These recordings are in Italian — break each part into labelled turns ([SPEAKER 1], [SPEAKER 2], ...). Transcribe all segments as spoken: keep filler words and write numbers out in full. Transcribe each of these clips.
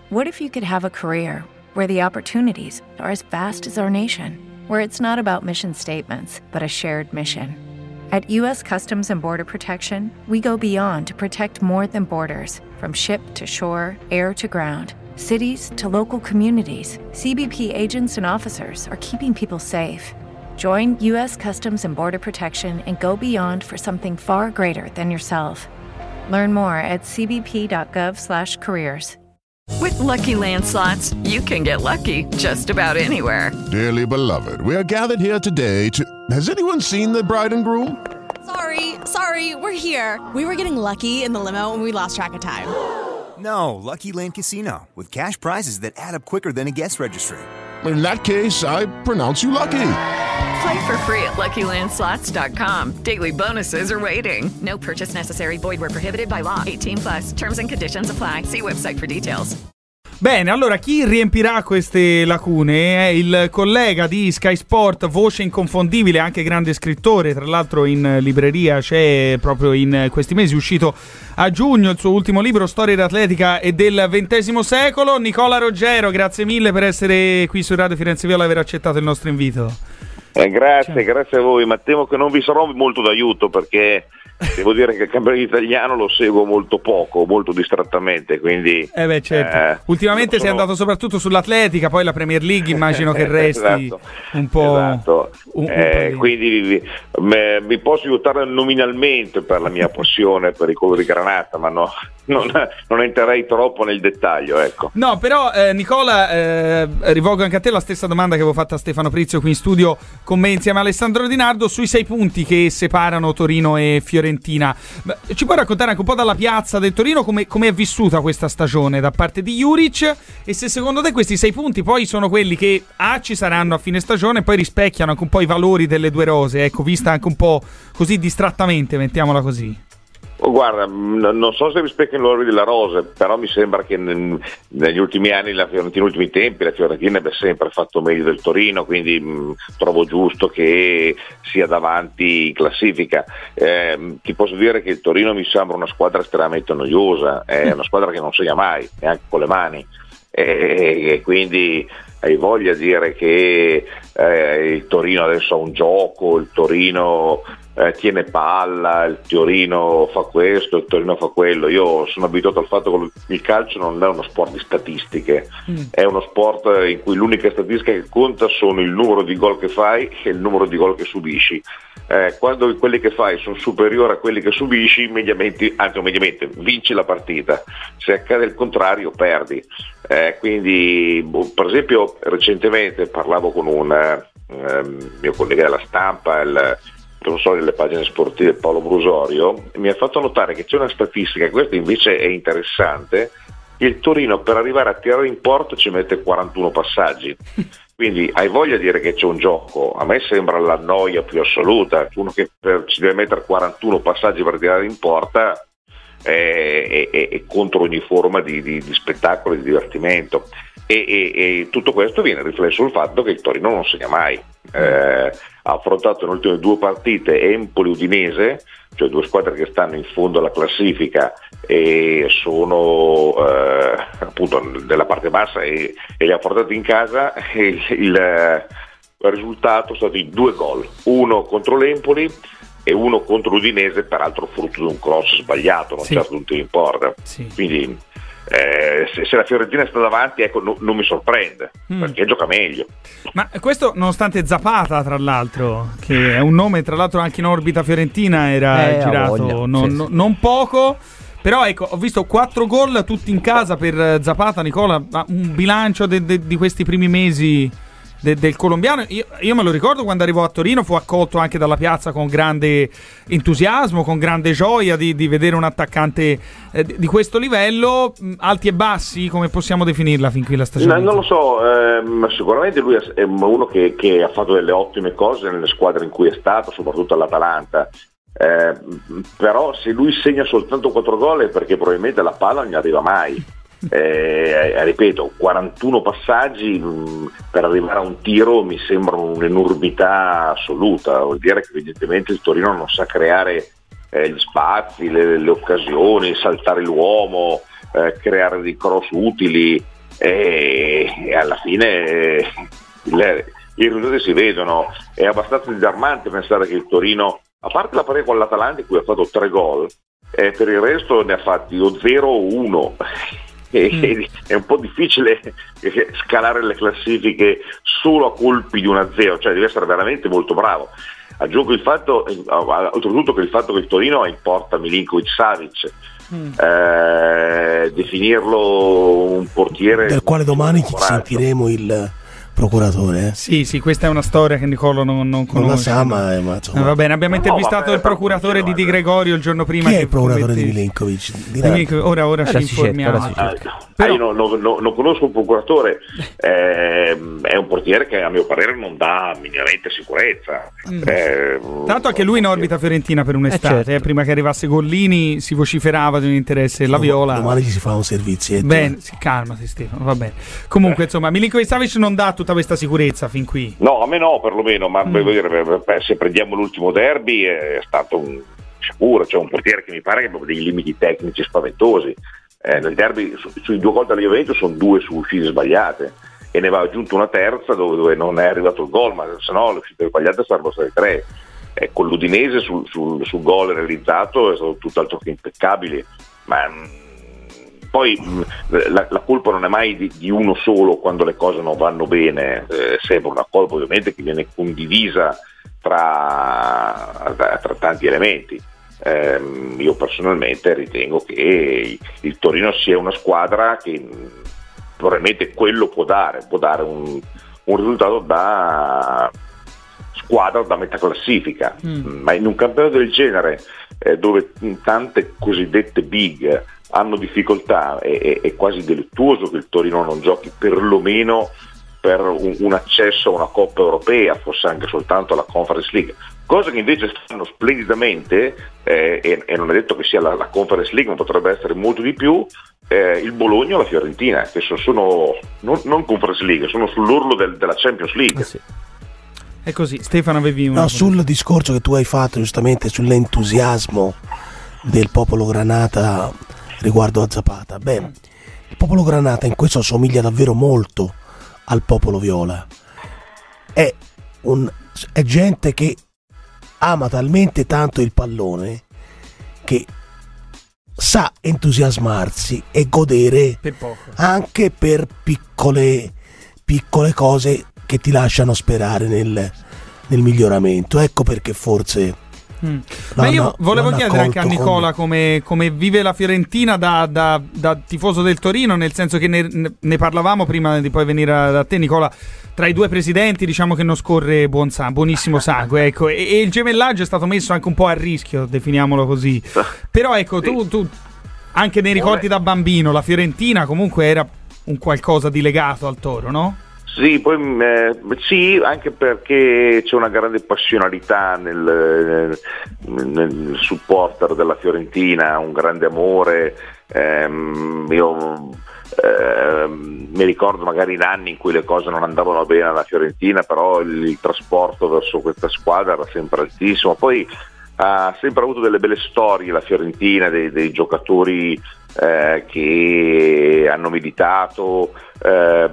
[SPEAKER 1] What if you could have a career where the opportunities are as vast as our nation, where it's not about mission statements, but a shared mission? At U S Customs and Border Protection, we go beyond to protect more than borders. From ship to shore, air to ground, cities to local communities, C B P agents and officers are keeping people safe. Join U S Customs and Border Protection and go beyond for something far greater than yourself. Learn more at c b p dot gov slash careers.
[SPEAKER 2] With Lucky Land Slots, you can get lucky just about anywhere.
[SPEAKER 3] Dearly beloved, we are gathered here today to... Has anyone seen the bride and groom?
[SPEAKER 4] Sorry, sorry, we're here. We were getting lucky in the limo and we lost track of time.
[SPEAKER 5] No, Lucky Land Casino, with cash prizes that add up quicker than a guest registry.
[SPEAKER 3] In that case, I pronounce you lucky.
[SPEAKER 2] Play for free at lucky land slots dot com. Daily bonuses are waiting. No purchase necessary. Void where prohibited by law. eighteen plus. Terms and conditions apply. See website for details.
[SPEAKER 6] Bene, allora chi riempirà queste lacune è il collega di Sky Sport, voce inconfondibile, anche grande scrittore, tra l'altro in libreria c'è proprio in questi mesi, uscito a giugno il suo ultimo libro, Storia d'atletica e del ventesimo secolo. Nicola Roggero, grazie mille per essere qui su Radio Firenze Viola e aver accettato il nostro invito.
[SPEAKER 7] Eh, grazie,
[SPEAKER 6] Ciao.
[SPEAKER 7] grazie a voi, ma temo che non vi sarò molto d'aiuto perché devo dire che il campionato italiano lo seguo molto poco, molto distrattamente, quindi...
[SPEAKER 6] Eh beh, certo. Eh, Ultimamente sono... sei andato soprattutto sull'atletica, poi la Premier League immagino che resti
[SPEAKER 7] esatto,
[SPEAKER 6] un po'...
[SPEAKER 7] Esatto.
[SPEAKER 6] Un, un
[SPEAKER 7] eh,
[SPEAKER 6] po'
[SPEAKER 7] quindi me, mi posso aiutare nominalmente per la mia passione per i colori granata, ma no, non, non entrerei troppo nel dettaglio, ecco.
[SPEAKER 6] No, però eh, Nicola, eh, rivolgo anche a te la stessa domanda che avevo fatto a Stefano Prizio qui in studio con me insieme a Alessandro Di Nardo sui sei punti che separano Torino e Fiorentina. Ci puoi raccontare anche un po' dalla piazza del Torino come, come è vissuta questa stagione da parte di Juric, e se secondo te questi sei punti poi sono quelli che A ci saranno a fine stagione e poi rispecchiano anche un po' i valori delle due rose, ecco, vista anche un po' così distrattamente, mettiamola così.
[SPEAKER 7] Oh, guarda, non so se rispecchiano i valori della rosa, però mi sembra che nel, negli ultimi anni, la Fiorentina, negli ultimi tempi, la Fiorentina abbia sempre fatto meglio del Torino, quindi mh, trovo giusto che sia davanti in classifica. Eh, ti posso dire che il Torino mi sembra una squadra estremamente noiosa, è una squadra che non segna mai, neanche con le mani, e, e quindi hai voglia di dire che eh, il Torino adesso ha un gioco, il Torino eh, tiene palla, il Torino fa questo, il Torino fa quello. Io sono abituato al fatto che il calcio non è uno sport di statistiche, mm. è uno sport in cui l'unica statistica che conta sono il numero di gol che fai e il numero di gol che subisci. Eh, quando quelli che fai sono superiori a quelli che subisci, mediamente, anzi mediamente, vinci la partita. Se accade il contrario, perdi. Eh, quindi, boh, per esempio, recentemente parlavo con un eh, mio collega della stampa, il non so, delle pagine sportive, Paolo Brusorio, e mi ha fatto notare che c'è una statistica, questa invece è interessante, che il Torino per arrivare a tirare in porta ci mette quarantuno passaggi. Quindi hai voglia di dire che c'è un gioco, a me sembra la noia più assoluta, uno che per, ci deve mettere quarantuno passaggi per tirare in porta è, è, è contro ogni forma di, di, di spettacolo e di divertimento, e, e, e tutto questo viene riflesso sul fatto che il Torino non segna mai. Eh, ha affrontato nelle ultime due partite Empoli-Udinese, cioè due squadre che stanno in fondo alla classifica e sono eh, appunto della parte bassa, e, e li ha portati in casa, e il, il, il risultato sono stati due gol, uno contro l'Empoli e uno contro l'Udinese, peraltro frutto di un cross sbagliato, non
[SPEAKER 6] sì.
[SPEAKER 7] certo un tiro in porta.
[SPEAKER 6] Sì.
[SPEAKER 7] Quindi eh, se, se la Fiorentina sta davanti, ecco, no, non mi sorprende, mm. perché gioca meglio.
[SPEAKER 6] Ma questo nonostante Zapata, tra l'altro, che è un nome tra l'altro anche in orbita fiorentina, era
[SPEAKER 8] eh,
[SPEAKER 6] girato non, sì, sì. non poco. Però ecco, ho visto quattro gol tutti in casa per Zapata, Nicola, ma un bilancio de, de, di questi primi mesi de, del colombiano. Io, io me lo ricordo quando arrivò a Torino, fu accolto anche dalla piazza con grande entusiasmo, con grande gioia di, di vedere un attaccante eh, di questo livello. Alti e bassi, come possiamo definirla fin qui la stagione?
[SPEAKER 7] No, non lo so, ehm, sicuramente lui è uno che, che ha fatto delle ottime cose nelle squadre in cui è stato, soprattutto all'Atalanta. Eh, però se lui segna soltanto quattro gol è perché probabilmente la palla non gli arriva mai. Eh, ripeto, quarantuno passaggi mh, per arrivare a un tiro mi sembra un'enormità assoluta. Vuol dire che evidentemente il Torino non sa creare eh, gli spazi, le, le occasioni, saltare l'uomo, eh, creare dei cross utili. e, e alla fine eh, le, i risultati si vedono. È abbastanza disarmante pensare che il Torino, a parte la partita con l'Atalanta in cui ha fatto tre gol, eh, per il resto ne ha fatti o zero o uno. E, mm. È un po' difficile scalare le classifiche solo a colpi di uno zero, cioè deve essere veramente molto bravo. Aggiungo il fatto, oltretutto, che il fatto che il Torino ha in porta Milinkovic-Savic, mm. eh, definirlo un portiere
[SPEAKER 8] del quale domani ci sentiremo il procuratore. Eh?
[SPEAKER 6] Sì, sì, questa è una storia che Nicolo non, non conosce.
[SPEAKER 8] Non la sa, ma, ma
[SPEAKER 6] eh, va bene, abbiamo intervistato no, vabbè, il procuratore di Di Gregorio il giorno prima.
[SPEAKER 8] Chi
[SPEAKER 6] che
[SPEAKER 8] è il procuratore di Milinkovic?
[SPEAKER 6] Di ora, ora ci informiamo.
[SPEAKER 7] Ah, Però... io non, non, non, non conosco un procuratore, eh, è un portiere che a mio parere non dà minimamente sicurezza. Mm. Eh,
[SPEAKER 6] Tanto anche lui in orbita fiorentina per un'estate, eh, certo. eh, prima che arrivasse Gollini si vociferava di un interesse della Viola.
[SPEAKER 8] Domani ci si fa un servizietto.
[SPEAKER 6] Bene, si calmati Stefano, va bene. Comunque, eh. insomma, Milinkovic-Savic non dà tutta questa sicurezza fin qui.
[SPEAKER 7] No, a me no, perlomeno, ma mm. devo dire, se prendiamo l'ultimo derby è stato un sicuro, cioè un portiere che mi pare che abbia dei limiti tecnici spaventosi. Eh, nel derby su, sui due gol della Juventus sono due su uscite sbagliate e ne va aggiunto una terza dove, dove non è arrivato il gol, ma se no le uscite sbagliate sarebbero state tre. Eh, con l'Udinese sul, sul, sul gol realizzato è stato tutt'altro che impeccabile, ma mh, poi mh, la, la colpa non è mai di, di uno solo quando le cose non vanno bene, eh, è sempre una colpa ovviamente che viene condivisa tra, tra, tra tanti elementi. Eh, io personalmente ritengo che il Torino sia una squadra che probabilmente quello può dare, può dare un, un risultato da squadra da metà classifica, mm. ma in un campionato del genere eh, dove tante cosiddette big hanno difficoltà è, è, è quasi delittuoso che il Torino non giochi perlomeno per un, un accesso a una Coppa Europea, forse anche soltanto alla Conference League, cosa che invece stanno splendidamente eh, e, e non è detto che sia la, la Conference League, ma potrebbe essere molto di più, eh, il Bologna o la Fiorentina, che sono, sono non, non Conference League, sono sull'orlo del, della Champions League.
[SPEAKER 6] Eh sì. È così. Stefano, avevi una
[SPEAKER 8] no, sul discorso che tu hai fatto giustamente sull'entusiasmo del popolo Granata riguardo a Zapata. Beh, il popolo Granata in questo assomiglia davvero molto al popolo viola. È, un, è gente che ama talmente tanto il pallone che sa entusiasmarsi e godere
[SPEAKER 6] per poco.
[SPEAKER 8] Anche per piccole piccole cose che ti lasciano sperare nel, nel miglioramento. Ecco perché forse
[SPEAKER 6] Mm. Ma io volevo chiedere anche a Nicola come, come vive la Fiorentina da, da, da tifoso del Torino, nel senso che ne, ne parlavamo prima di poi venire da te, Nicola. Tra i due presidenti diciamo che non scorre buon sangue, buonissimo sangue, ecco, e, e il gemellaggio è stato messo anche un po' a rischio, definiamolo così. Però ecco, tu, tu anche nei ricordi da bambino la Fiorentina comunque era un qualcosa di legato al Toro, no?
[SPEAKER 7] Sì, poi eh, sì, anche perché c'è una grande passionalità nel, nel, nel supporter della Fiorentina, un grande amore. Ehm, io eh, mi ricordo magari in anni in cui le cose non andavano bene alla Fiorentina, però il, il trasporto verso questa squadra era sempre altissimo. Poi ha sempre avuto delle belle storie la Fiorentina, dei, dei giocatori eh, che hanno militato. Eh,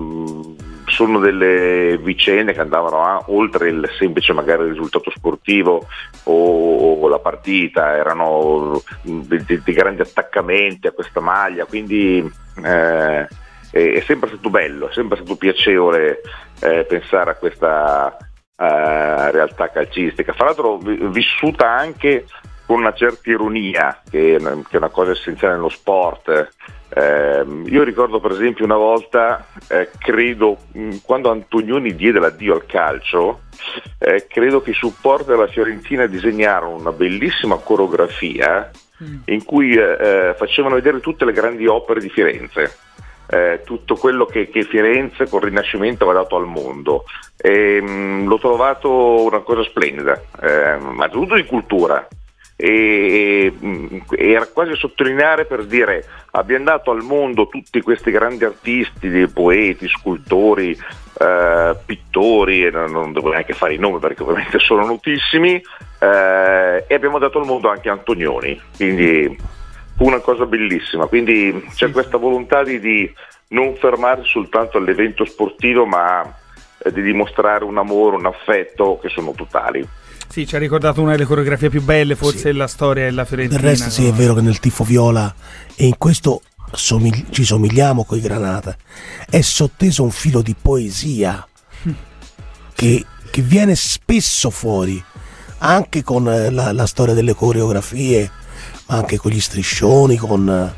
[SPEAKER 7] sono delle vicende che andavano a, oltre il semplice magari risultato sportivo o, o la partita, erano dei, dei grandi attaccamenti a questa maglia, quindi eh, è, è sempre stato bello, è sempre stato piacevole eh, pensare a questa eh, realtà calcistica, fra l'altro vissuta anche con una certa ironia, che, che è una cosa essenziale nello sport. Eh, io ricordo per esempio una volta, eh, credo, mh, quando Antonioni diede l'addio al calcio, eh, credo che i supporter della Fiorentina disegnarono una bellissima coreografia mm. in cui eh, facevano vedere tutte le grandi opere di Firenze, eh, tutto quello che, che Firenze col Rinascimento aveva dato al mondo, e, mh, l'ho trovato una cosa splendida, eh, ma soprattutto di cultura. E, e era quasi a sottolineare, per dire: abbiamo dato al mondo tutti questi grandi artisti, poeti, scultori, eh, pittori, non, non devo neanche fare i nomi perché ovviamente sono notissimi, eh, e abbiamo dato al mondo anche Antonioni, quindi fu una cosa bellissima. Quindi c'è questa volontà di, di non fermarsi soltanto all'evento sportivo, ma eh, di dimostrare un amore, un affetto che sono totali.
[SPEAKER 6] Sì, ci ha ricordato una delle coreografie più belle forse
[SPEAKER 8] sì.
[SPEAKER 6] della storia della Fiorentina.
[SPEAKER 8] Del resto
[SPEAKER 6] no?
[SPEAKER 8] sì, è vero che nel tifo viola, e in questo somigli- ci somigliamo coi Granata, è sotteso un filo di poesia che, che viene spesso fuori, anche con la, la storia delle coreografie, ma anche con gli striscioni, con...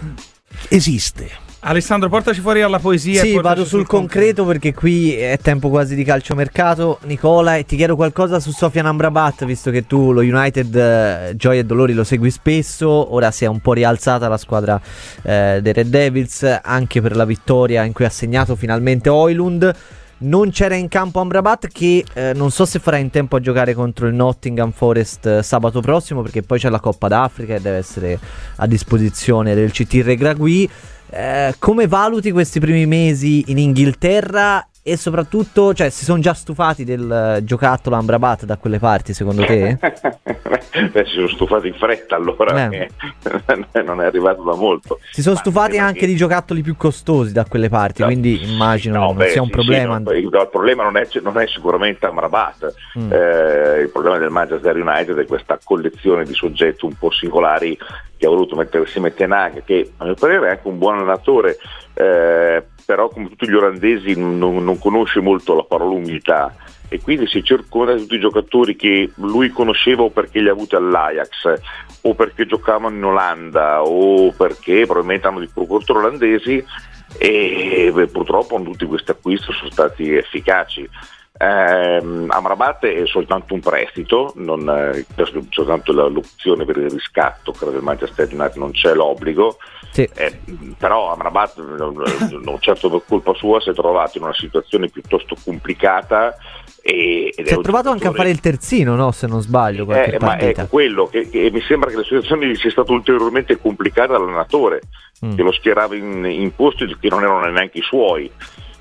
[SPEAKER 8] esiste.
[SPEAKER 6] Alessandro, portaci fuori alla poesia.
[SPEAKER 9] Sì,
[SPEAKER 6] portaci
[SPEAKER 9] vado sul concreto, perché qui è tempo quasi di calciomercato. Nicola, e ti chiedo qualcosa su Sofyan Amrabat, visto che tu lo United eh, Gioia e Dolori lo segui spesso. Ora si è un po' rialzata la squadra eh, dei Red Devils, anche per la vittoria in cui ha segnato finalmente Højlund. Non c'era in campo Amrabat, che eh, non so se farà in tempo a giocare contro il Nottingham Forest eh, sabato prossimo, perché poi c'è la Coppa d'Africa e deve essere a disposizione del C T Regragui. Eh, come valuti questi primi mesi in Inghilterra, e soprattutto, cioè, si sono già stufati del uh, giocattolo Amrabat da quelle parti, secondo te?
[SPEAKER 7] Beh, si sono stufati in fretta, allora
[SPEAKER 9] eh.
[SPEAKER 7] eh, non è arrivato da molto.
[SPEAKER 9] Si sono
[SPEAKER 7] Ma
[SPEAKER 9] stufati anche
[SPEAKER 7] che...
[SPEAKER 9] di giocattoli più costosi da quelle parti, no, quindi immagino
[SPEAKER 7] no,
[SPEAKER 9] che non
[SPEAKER 7] beh,
[SPEAKER 9] sia un
[SPEAKER 7] sì,
[SPEAKER 9] problema.
[SPEAKER 7] Sì, no, il problema non è, non è sicuramente Amrabat,
[SPEAKER 9] mm.
[SPEAKER 7] eh, il problema del Manchester United è questa collezione di soggetti un po' singolari che ha voluto mettere insieme Ten Hag, che a mio parere è anche un buon allenatore, eh, però come tutti gli olandesi non, non conosce molto la parola umiltà, e quindi si circonda di tutti i giocatori che lui conosceva o perché li ha avuti all'Ajax o perché giocavano in Olanda o perché probabilmente hanno dei procuratori olandesi, e beh, purtroppo tutti questi acquisti sono stati efficaci. Eh, Amrabat è soltanto un prestito, non è soltanto l'opzione per il riscatto, credo del Manchester United non c'è l'obbligo,
[SPEAKER 9] sì.
[SPEAKER 7] eh, però Amrabat non, non certo per colpa sua si è trovato in una situazione piuttosto complicata e, ed
[SPEAKER 9] si è,
[SPEAKER 7] è
[SPEAKER 9] trovato anche a fare il terzino, no? Se non sbaglio, qualche
[SPEAKER 7] eh, ma
[SPEAKER 9] partita.
[SPEAKER 7] è quello che, che mi sembra che la situazione sia stata ulteriormente complicata dall'allenatore, mm. che lo schierava in, in posti che non erano neanche i suoi.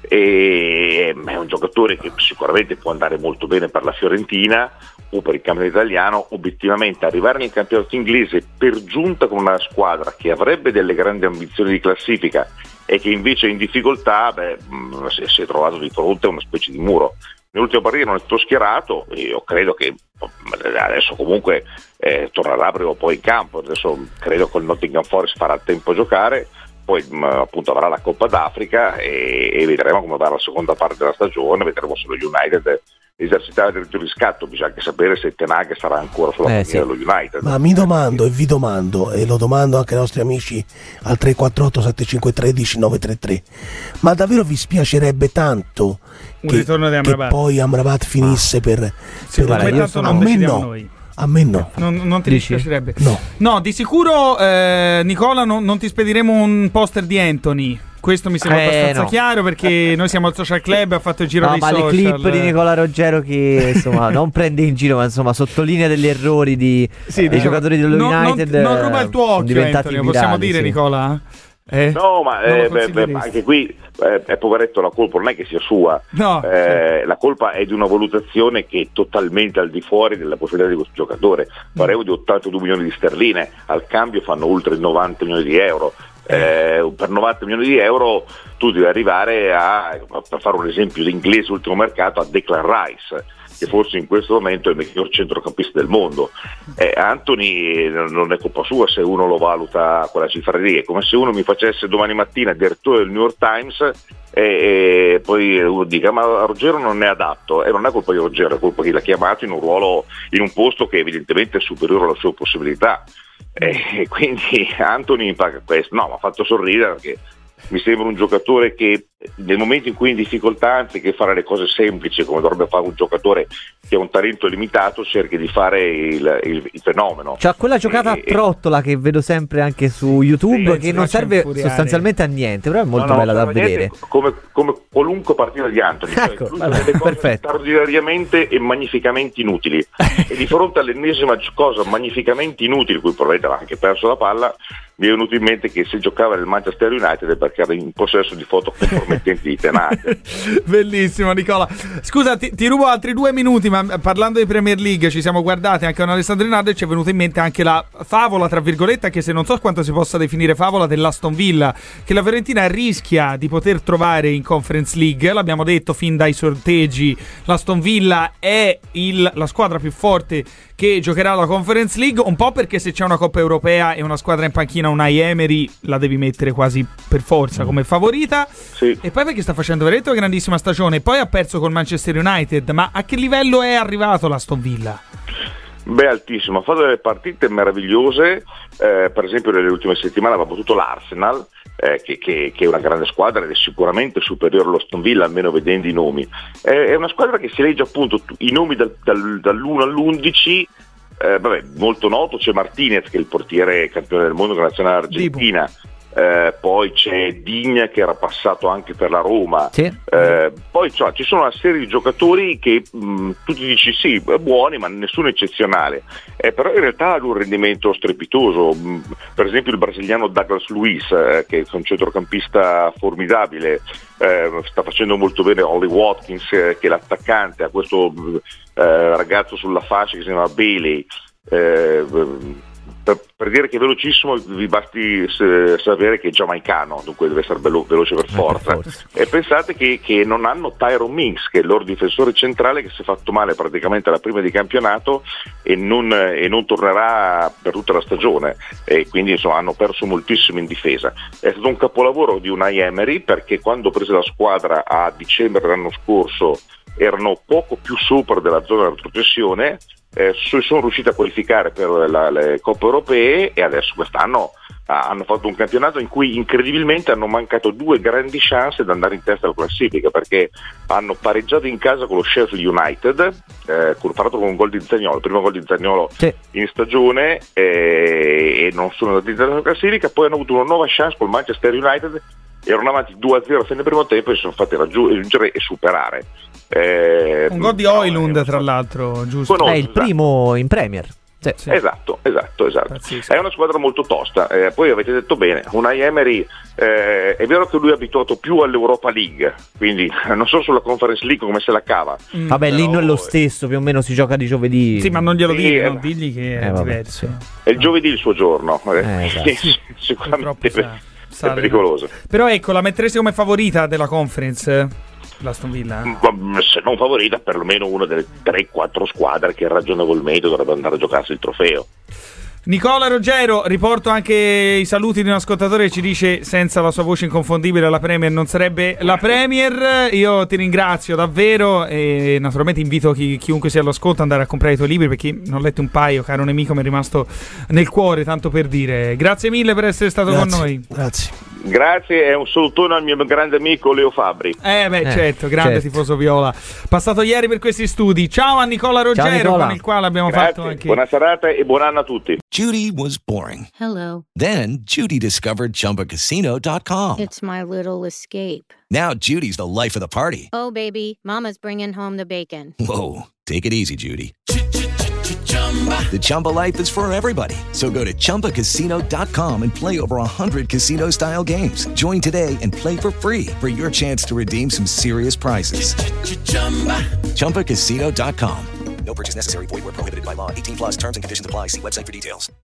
[SPEAKER 7] E è un giocatore che sicuramente può andare molto bene per la Fiorentina o per il campionato italiano. Obiettivamente arrivare nel campionato inglese per giunta con una squadra che avrebbe delle grandi ambizioni di classifica e che invece è in difficoltà, beh, si, si è trovato di fronte a una specie di muro. Nell'ultima partita non è stato schierato e io credo che adesso comunque eh, tornerà prima o poi in campo. Adesso credo che il Nottingham Forest farà tempo a giocare, poi mh, appunto avrà la Coppa d'Africa e, e vedremo come va la seconda parte della stagione, vedremo se lo United esercitare il diritto di riscatto. Bisogna anche sapere se Ten Hag sarà ancora sulla
[SPEAKER 9] eh,
[SPEAKER 7] panchina
[SPEAKER 9] sì.
[SPEAKER 7] dello United.
[SPEAKER 8] Ma mi domando e vi domando, e lo domando anche ai nostri amici al tre quattro otto sette cinque uno tre nove tre tre, ma davvero vi spiacerebbe tanto
[SPEAKER 6] un
[SPEAKER 8] che,
[SPEAKER 6] ritorno di Amrabat,
[SPEAKER 8] che poi Amrabat finisse ah. per,
[SPEAKER 6] sì,
[SPEAKER 8] per
[SPEAKER 6] io sono,
[SPEAKER 8] a me no noi. A me no.
[SPEAKER 6] Non, non ti
[SPEAKER 9] Dici?
[SPEAKER 6] dispiacerebbe?
[SPEAKER 8] No.
[SPEAKER 6] No, di sicuro eh, Nicola non, non ti spediremo un poster di Anthony. Questo mi sembra
[SPEAKER 9] eh,
[SPEAKER 6] abbastanza
[SPEAKER 9] no.
[SPEAKER 6] chiaro, perché noi siamo al Social Club, ha fatto il giro
[SPEAKER 9] no,
[SPEAKER 6] dei
[SPEAKER 9] ma
[SPEAKER 6] social.
[SPEAKER 9] le clip di Nicola Ruggero che insomma non prende in giro, ma insomma sottolinea degli errori di,
[SPEAKER 6] sì,
[SPEAKER 9] dei
[SPEAKER 6] diciamo,
[SPEAKER 9] giocatori dello
[SPEAKER 6] non,
[SPEAKER 9] United.
[SPEAKER 6] Non, non ruba il tuo occhio,
[SPEAKER 9] diventati
[SPEAKER 6] Anthony,
[SPEAKER 9] virali,
[SPEAKER 6] possiamo dire,
[SPEAKER 9] sì.
[SPEAKER 6] Nicola? Eh?
[SPEAKER 7] No, ma eh, beh, beh, anche qui eh, è poveretto, la colpa non è che sia sua,
[SPEAKER 6] no,
[SPEAKER 7] eh,
[SPEAKER 6] certo.
[SPEAKER 7] La colpa è di una valutazione che è totalmente al di fuori della possibilità di questo giocatore. Parliamo di ottantadue milioni di sterline, al cambio fanno oltre novanta milioni di euro. Eh, per novanta milioni di euro tu devi arrivare a, per fare un esempio l'inglese ultimo mercato, a Declan Rice, che forse in questo momento è il miglior centrocampista del mondo. eh, Anthony non è colpa sua se uno lo valuta a quella cifra lì. È come se uno mi facesse domani mattina direttore del New York Times e, e poi uno dica ma Ruggero non è adatto, e non è colpa di Ruggero, è colpa di chi l'ha chiamato in un ruolo, in un posto che evidentemente è superiore alle sue possibilità. E quindi Anthony paga questo. No, mi ha fatto sorridere perché mi sembra un giocatore che nel momento in cui è in difficoltà, anziché fare le cose semplici come dovrebbe fare un giocatore che ha un talento limitato, cerchi di fare il, il, il fenomeno.
[SPEAKER 9] C'ha quella giocata e, a trottola che vedo sempre anche su YouTube, sì, che non serve sostanzialmente a niente, però è molto no, no, bella da vedere.
[SPEAKER 7] Niente, come, come qualunque partita di Antony, cioè
[SPEAKER 9] Ecco,
[SPEAKER 7] lui
[SPEAKER 9] vabbè,
[SPEAKER 7] fa delle cose
[SPEAKER 9] perfetto.
[SPEAKER 7] straordinariamente e magnificamente inutili, e di fronte all'ennesima cosa magnificamente inutile, cui probabilmente aveva anche perso la palla, mi è venuto in mente che se giocava nel Manchester United è perché era in possesso di foto compromettenti di Tenate.
[SPEAKER 6] Bellissimo Nicola. Scusa, ti, ti rubo altri due minuti, ma parlando di Premier League ci siamo guardati anche con Alessandro Rinaldo e ci è venuta in mente anche la favola, tra virgolette, che se non so quanto si possa definire favola, dell'Aston Villa, che la Fiorentina rischia di poter trovare in Conference League. L'abbiamo detto fin dai sorteggi, l'Aston Villa è il, la squadra più forte che giocherà la Conference League, un po' perché se c'è una Coppa Europea e una squadra in panchina, Unai Emery, la devi mettere quasi per forza come favorita,
[SPEAKER 7] sì.
[SPEAKER 6] E poi perché sta facendo veramente una grandissima stagione, poi ha perso col Manchester United, ma a che livello è arrivato l'Aston Villa?
[SPEAKER 7] Beh, altissimo, ha fatto delle partite meravigliose, eh, per esempio nelle ultime settimane ha battuto l'Arsenal, eh, che, che, che è una grande squadra ed è sicuramente superiore all'Aston Villa, almeno vedendo i nomi. Eh, è una squadra che si legge appunto i nomi dal, dal, dall'uno all'undici, eh, vabbè, molto noto c'è Martinez, che è il portiere campione del mondo con la nazionale argentina. Eh, poi c'è Digna, che era passato anche per la Roma,
[SPEAKER 9] sì.
[SPEAKER 7] eh, poi cioè, ci sono una serie di giocatori che mh, tu ti dici sì, buoni, ma nessuno eccezionale, eh, però in realtà hanno un rendimento strepitoso. Mh, per esempio il brasiliano Douglas Luiz, eh, che è un centrocampista formidabile, eh, sta facendo molto bene. Ollie Watkins, eh, che è l'attaccante, ha questo eh, ragazzo sulla fascia che si chiama Bailey, eh, Per, per dire che è velocissimo vi basti se, sapere che è giamaicano, dunque deve essere bello, veloce per forza. per forza e pensate che, che non hanno Tyrone Mings, che è il loro difensore centrale, che si è fatto male praticamente alla prima di campionato e non, e non tornerà per tutta la stagione, e quindi insomma hanno perso moltissimo in difesa. È stato un capolavoro di Unai Emery, perché quando prese la squadra a dicembre dell'anno scorso erano poco più sopra della zona della retrocessione, eh, sono riusciti a qualificare per la, le coppe europee, e adesso quest'anno ah, hanno fatto un campionato in cui incredibilmente hanno mancato due grandi chance ad andare in testa alla classifica, perché hanno pareggiato in casa con lo Sheffield United, eh, con, tra l'altro con un gol di Zaniolo, il primo gol di Zaniolo sì. in stagione, eh, e non sono andati in testa alla classifica. Poi hanno avuto una nuova chance col Manchester United, erano avanti due a zero a fine del primo tempo e si sono fatti raggiungere e superare. Eh,
[SPEAKER 6] un gol di Højlund, no, tra l'altro, giusto?
[SPEAKER 9] È il primo in Premier.
[SPEAKER 7] Sì, sì. Esatto, esatto, esatto. Pazzesco. È una squadra molto tosta. Eh, poi avete detto bene, Unai Emery, eh, è vero che lui è abituato più all'Europa League, quindi non so sulla Conference League come se la cava.
[SPEAKER 9] Mm. Vabbè, però lì non è lo stesso, più o meno si gioca di giovedì.
[SPEAKER 6] Sì, ma non glielo
[SPEAKER 7] sì,
[SPEAKER 6] digli,
[SPEAKER 7] eh,
[SPEAKER 6] non digli che è
[SPEAKER 9] eh, vabbè,
[SPEAKER 6] diverso.
[SPEAKER 9] sì.
[SPEAKER 7] È il giovedì il suo giorno.
[SPEAKER 9] Eh, esatto.
[SPEAKER 7] sì, sicuramente
[SPEAKER 6] è
[SPEAKER 7] pericoloso.
[SPEAKER 6] Però ecco, la metteresti come favorita della Conference? L'Aston Villa?
[SPEAKER 7] Se non favorita, perlomeno una delle tre quattro squadre che ragionevolmente dovrebbe andare a giocarsi il trofeo.
[SPEAKER 6] Nicola Ruggero, riporto anche i saluti di un ascoltatore che ci dice: senza la sua voce inconfondibile la Premier non sarebbe la Premier. Io ti ringrazio davvero e naturalmente invito chi, chiunque sia all'ascolto ad andare a comprare i tuoi libri, perché ne ho letto un paio, caro nemico, mi è rimasto nel cuore, tanto per dire. Grazie mille per essere stato
[SPEAKER 8] grazie,
[SPEAKER 6] con noi.
[SPEAKER 8] Grazie.
[SPEAKER 7] Grazie, è un salutone al mio grande amico Leo Fabri.
[SPEAKER 6] Eh beh,
[SPEAKER 9] eh,
[SPEAKER 6] certo, grande
[SPEAKER 9] certo.
[SPEAKER 6] tifoso viola. Passato ieri per questi studi. Ciao a Nicola Ruggero,
[SPEAKER 9] Ciao, Nicola.
[SPEAKER 6] con il quale abbiamo
[SPEAKER 7] Grazie,
[SPEAKER 6] fatto anche...
[SPEAKER 7] buona serata e buon anno a tutti.
[SPEAKER 10] Judy was boring.
[SPEAKER 11] Hello.
[SPEAKER 10] Then Judy discovered Chumba Casino dot com.
[SPEAKER 11] It's my little escape.
[SPEAKER 10] Now Judy's the life of the party.
[SPEAKER 11] Oh, baby, mama's bringing home the bacon.
[SPEAKER 10] Whoa, take it easy, Judy. The Chumba life is for everybody. So go to Chumba Casino dot com and play over one hundred casino-style games. Join today and play for free for your chance to redeem some serious prizes. Chumba Casino dot com.
[SPEAKER 12] No purchase necessary. Void where prohibited by law. eighteen plus terms and conditions apply. See website for details.